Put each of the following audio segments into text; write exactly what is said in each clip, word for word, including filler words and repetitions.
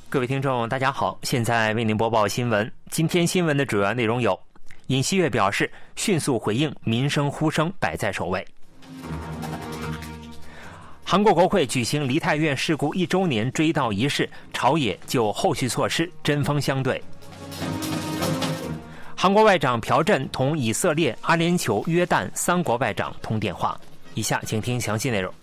各位听众大家好，现在为您播报新闻。今天新闻的主要内容有：尹锡悦表示迅速回应民生呼声摆在首位；韩国国会举行梨泰院事故一周年追悼仪式，朝野就后续措施针锋相对；韩国外长朴振同以色列、阿联酋、约旦三国外长通电话。以下请听详细内容。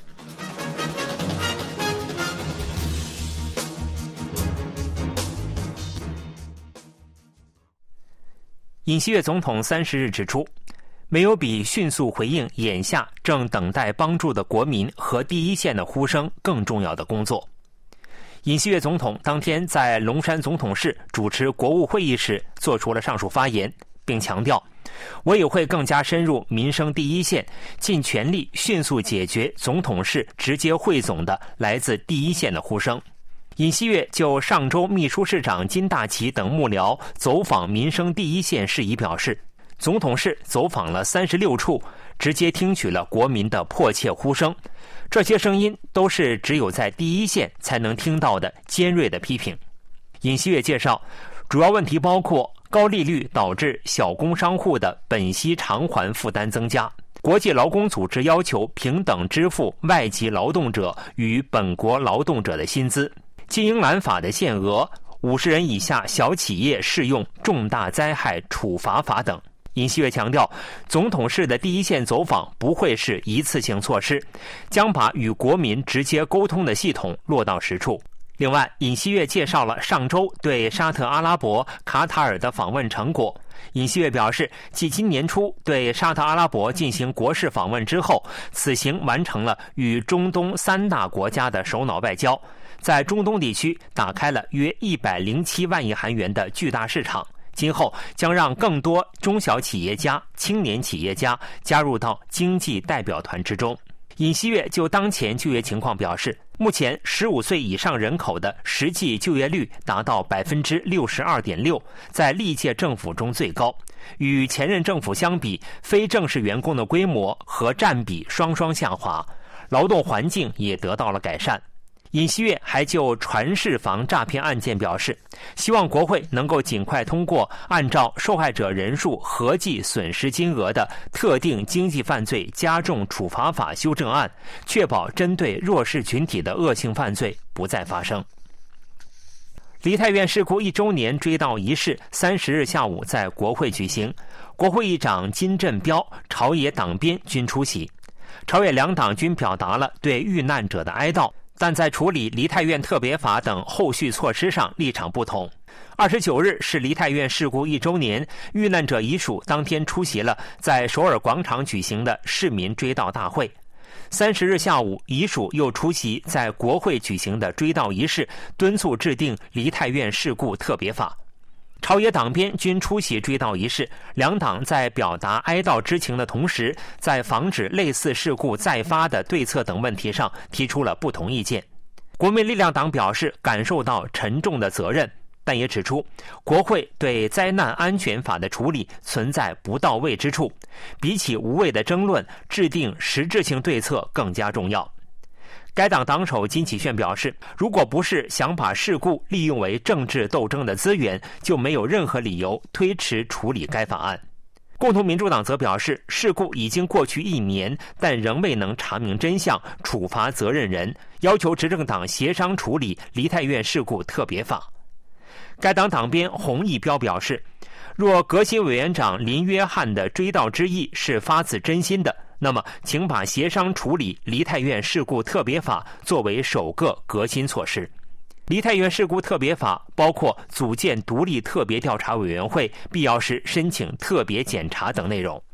尹锡悦总统三十日指出，没有比迅速回应眼下正等待帮助的国民和第一线的呼声更重要的工作。尹锡悦总统当天在龙山总统室主持国务会议时做出了上述发言，并强调，我也会更加深入民生第一线，尽全力迅速解决总统室直接汇总的来自第一线的呼声。尹锡悦就上周秘书市长金大旗等幕僚走访民生第一线事宜表示，总统室走访了三十六处，直接听取了国民的迫切呼声，这些声音都是只有在第一线才能听到的尖锐的批评。尹锡悦介绍，主要问题包括高利率导致小工商户的本息偿还负担增加，国际劳工组织要求平等支付外籍劳动者与本国劳动者的薪资，经营蓝法的限额，五十人以下小企业适用重大灾害处罚法等。尹锡悦强调，总统室的第一线走访不会是一次性措施，将把与国民直接沟通的系统落到实处。另外，尹锡悦介绍了上周对沙特阿拉伯、卡塔尔的访问成果。尹锡悦表示，继今年初对沙特阿拉伯进行国事访问之后，此行完成了与中东三大国家的首脑外交，在中东地区打开了约一百零七万亿韩元的巨大市场，今后将让更多中小企业家、青年企业家加入到经济代表团之中。尹锡悦就当前就业情况表示，目前十五岁以上人口的实际就业率达到 百分之六十二点六， 在历届政府中最高。与前任政府相比，非正式员工的规模和占比双双下滑，劳动环境也得到了改善。尹锡悦还就传世房诈骗案件表示，希望国会能够尽快通过按照受害者人数合计损失金额的特定经济犯罪加重处罚法修正案，确保针对弱势群体的恶性犯罪不再发生。梨泰院事故一周年追悼仪式三十日下午在国会举行，国会议长金振彪、朝野党鞭均出席，朝野两党均表达了对遇难者的哀悼，但在处理梨泰院特别法等后续措施上立场不同。二十九日是梨泰院事故一周年，遇难者遗属当天出席了在首尔广场举行的市民追悼大会。三十日下午，遗属又出席在国会举行的追悼仪式，敦促制定梨泰院事故特别法。朝野党鞭均出席追悼仪式，两党在表达哀悼之情的同时，在防止类似事故再发的对策等问题上提出了不同意见。国民力量党表示感受到沉重的责任，但也指出国会对灾难安全法的处理存在不到位之处，比起无谓的争论，制定实质性对策更加重要。该党党首金起炫表示，如果不是想把事故利用为政治斗争的资源，就没有任何理由推迟处理该法案。共同民主党则表示，事故已经过去一年，但仍未能查明真相，处罚责任人，要求执政党协商处理梨泰院事故特别法。该党党鞭洪义标表示，若革新委员长林约翰的追悼之意是发自真心的，那么请把协商处理梨泰院事故特别法作为首个革新措施。梨泰院事故特别法包括组建独立特别调查委员会，必要时申请特别检查等内容。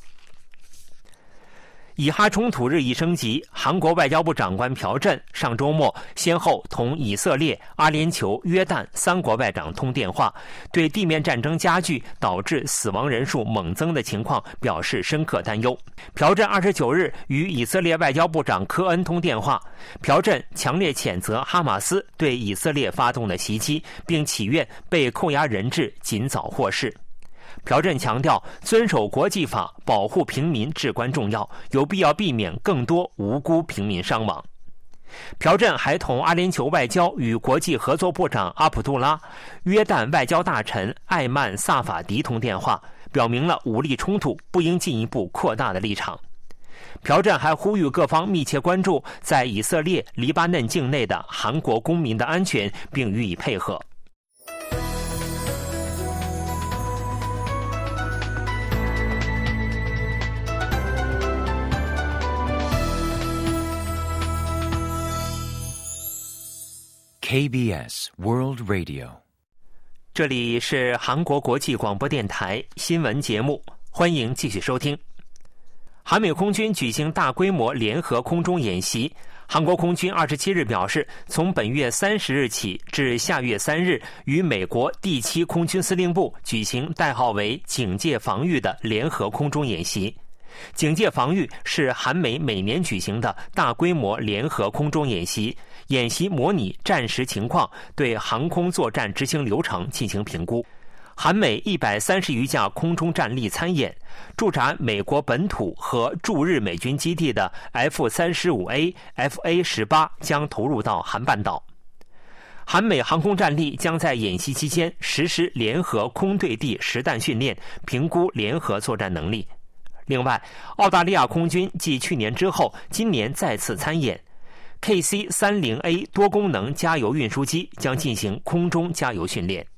以哈冲突日益升级，韩国外交部长官朴振上周末先后同以色列、阿联酋、约旦三国外长通电话，对地面战争加剧导致死亡人数猛增的情况表示深刻担忧。朴振二十九日与以色列外交部长科恩通电话，朴振强烈谴责哈马斯对以色列发动的袭击，并祈愿被扣押人质尽早获释。朴振强调，遵守国际法，保护平民至关重要，有必要避免更多无辜平民伤亡。 朴振还同阿联酋外交与国际合作部长阿卜杜拉、约旦外交大臣艾曼萨法迪通电话，表明了武力冲突不应进一步扩大的立场。朴振还呼吁各方密切关注在以色列、黎巴嫩境内的韩国公民的安全，并予以配合。 K B S World Radio， 这里是韩国国际广播电台新闻节目，欢迎继续收听。韩美空军举行大规模联合空中演习。韩国空军二十七日表示，从本月三十日起至下月三日，与美国第七空军司令部举行代号为“警戒防御”的联合空中演习。警戒防御是韩美每年举行的大规模联合空中演习，演习模拟战时情况，对航空作战执行流程进行评估。韩美一百三十余架空中战力参演，驻扎美国本土和驻日美军基地的 F 三十五 A、F A 十八 将投入到韩半岛。韩美航空战力将在演习期间实施联合空对地实弹训练，评估联合作战能力。另外，澳大利亚空军继去年之后，今年再次参演 K C 三十 A 多功能加油运输机将进行空中加油训练。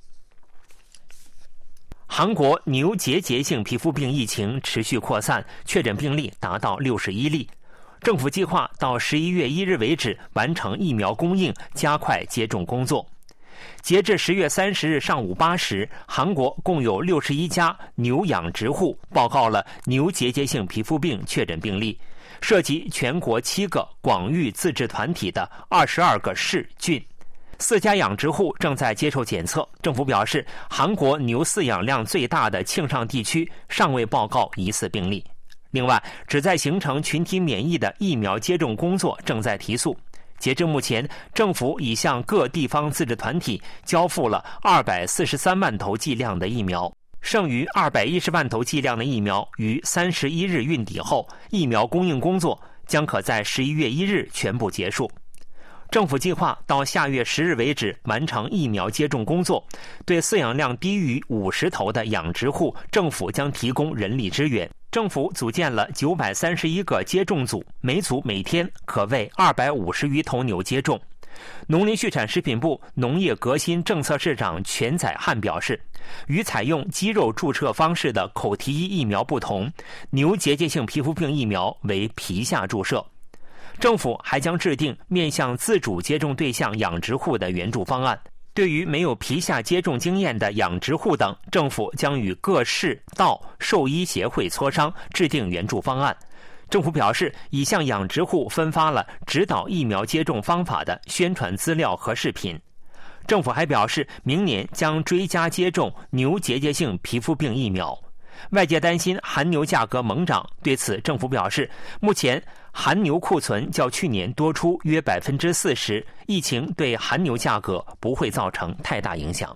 韩国牛结节性皮肤病疫情持续扩散，确诊病例达到六十一例。政府计划到十一月一日为止完成疫苗供应，加快接种工作。截至十月三十日上午八时，韩国共有六十一家牛养殖户报告了牛结节性皮肤病确诊病例，涉及全国七个广域自治团体的二十二个市郡。四家养殖户正在接受检测。政府表示，韩国牛饲养量最大的庆尚地区尚未报告疑似病例。另外，旨在形成群体免疫的疫苗接种工作正在提速。截至目前，政府已向各地方自治团体交付了二百四十三万头剂量的疫苗，剩余二百一十万头剂量的疫苗于三十一日运抵后，疫苗供应工作将可在十一月一日全部结束。政府计划到下月十日为止完成疫苗接种工作。对饲养量低于五十头的养殖户，政府将提供人力支援。政府组建了九百三十一个接种组，每组每天可为二百五十余头牛接种。农林畜产食品部农业革新政策市长全载汉表示，与采用肌肉注射方式的口蹄疫疫苗不同，牛结节性皮肤病疫苗为皮下注射。政府还将制定面向自主接种对象养殖户的援助方案。对于没有皮下接种经验的养殖户等，政府将与各市道兽医协会磋商，制定援助方案。政府表示，已向养殖户分发了指导疫苗接种方法的宣传资料和视频。政府还表示，明年将追加接种牛结节性皮肤病疫苗。外界担心韩牛价格猛涨，对此政府表示，目前韩牛库存较去年多出约百分之四十，疫情对韩牛价格不会造成太大影响。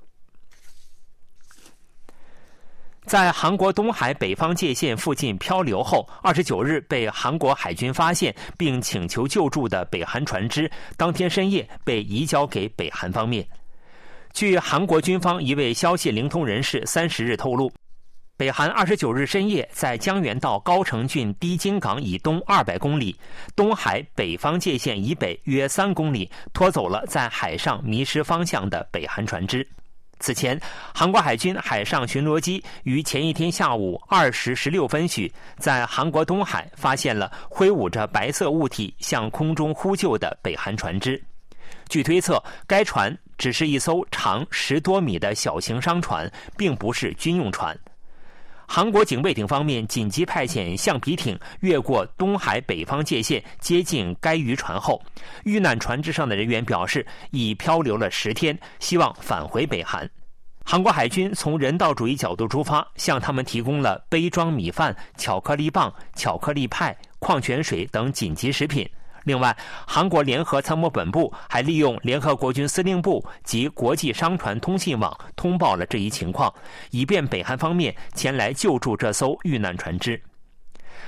在韩国东海北方界线附近漂流后，二十九日被韩国海军发现并请求救助的北韩船只，当天深夜被移交给北韩方面。据韩国军方一位消息灵通人士三十日透露，北韩二十九日深夜在江原道高城郡低津港以东二百公里，东海北方界线以北约三公里，拖走了在海上迷失方向的北韩船只。此前，韩国海军海上巡逻机于前一天下午二时十六分许，在韩国东海发现了挥舞着白色物体向空中呼救的北韩船只。据推测，该船只是一艘长十多米的小型商船，并不是军用船。韩国警卫艇方面紧急派遣橡皮艇越过东海北方界线，接近该渔船后，遇难船只上的人员表示，已漂流了十天，希望返回北韩。韩国海军从人道主义角度出发，向他们提供了杯装米饭、巧克力棒、巧克力派、矿泉水等紧急食品。另外，韩国联合参谋本部还利用联合国军司令部及国际商船通信网通报了这一情况，以便北韩方面前来救助这艘遇难船只。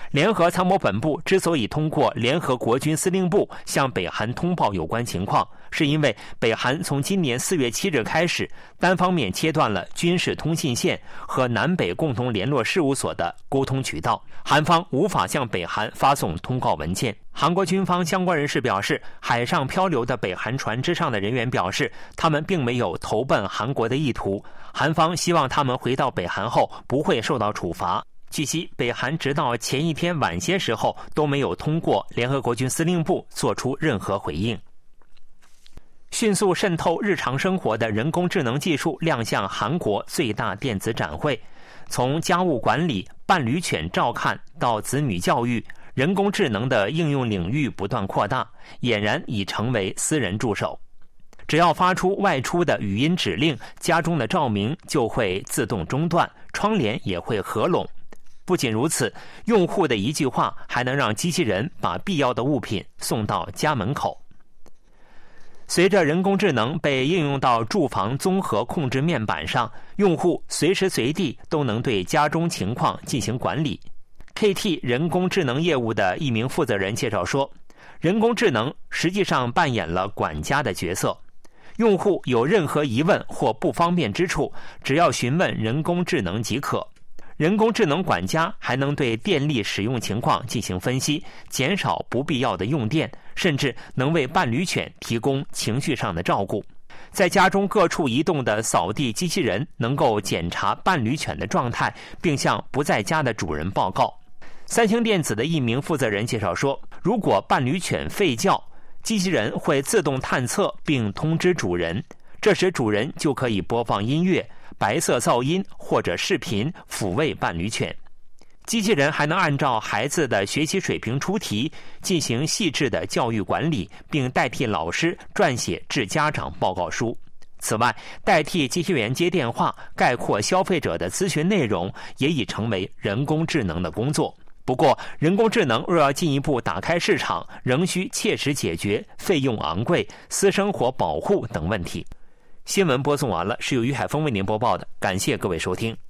联合参谋本部之所以通过联合国军司令部向北韩通报有关情况，是因为北韩从今年四月七日开始，单方面切断了军事通信线和南北共同联络事务所的沟通渠道，韩方无法向北韩发送通告文件。韩国军方相关人士表示，海上漂流的北韩船只上的人员表示，他们并没有投奔韩国的意图，韩方希望他们回到北韩后不会受到处罚。据悉，北韩直到前一天晚些时候都没有通过联合国军司令部做出任何回应。迅速渗透日常生活的人工智能技术亮相韩国最大电子展会，从家务管理、伴侣犬照看到子女教育，人工智能的应用领域不断扩大，俨然已成为私人助手。只要发出外出的语音指令，家中的照明就会自动中断，窗帘也会合拢。不仅如此，用户的一句话还能让机器人把必要的物品送到家门口。随着人工智能被应用到住房综合控制面板上，用户随时随地都能对家中情况进行管理。K T 人工智能业务的一名负责人介绍说，人工智能实际上扮演了管家的角色。用户有任何疑问或不方便之处，只要询问人工智能即可。人工智能管家还能对电力使用情况进行分析，减少不必要的用电，甚至能为伴侣犬提供情绪上的照顾。在家中各处移动的扫地机器人能够检查伴侣犬的状态，并向不在家的主人报告。三星电子的一名负责人介绍说，如果伴侣犬吠叫，机器人会自动探测并通知主人，这时主人就可以播放音乐、白色噪音或者视频抚慰伴侣犬。机器人还能按照孩子的学习水平出题，进行细致的教育管理，并代替老师撰写致家长报告书。此外，代替机器人接电话、概括消费者的咨询内容也已成为人工智能的工作。不过，人工智能若要进一步打开市场，仍需切实解决费用昂贵、私生活保护等问题。新闻播送完了，是由于海峰为您播报的，感谢各位收听。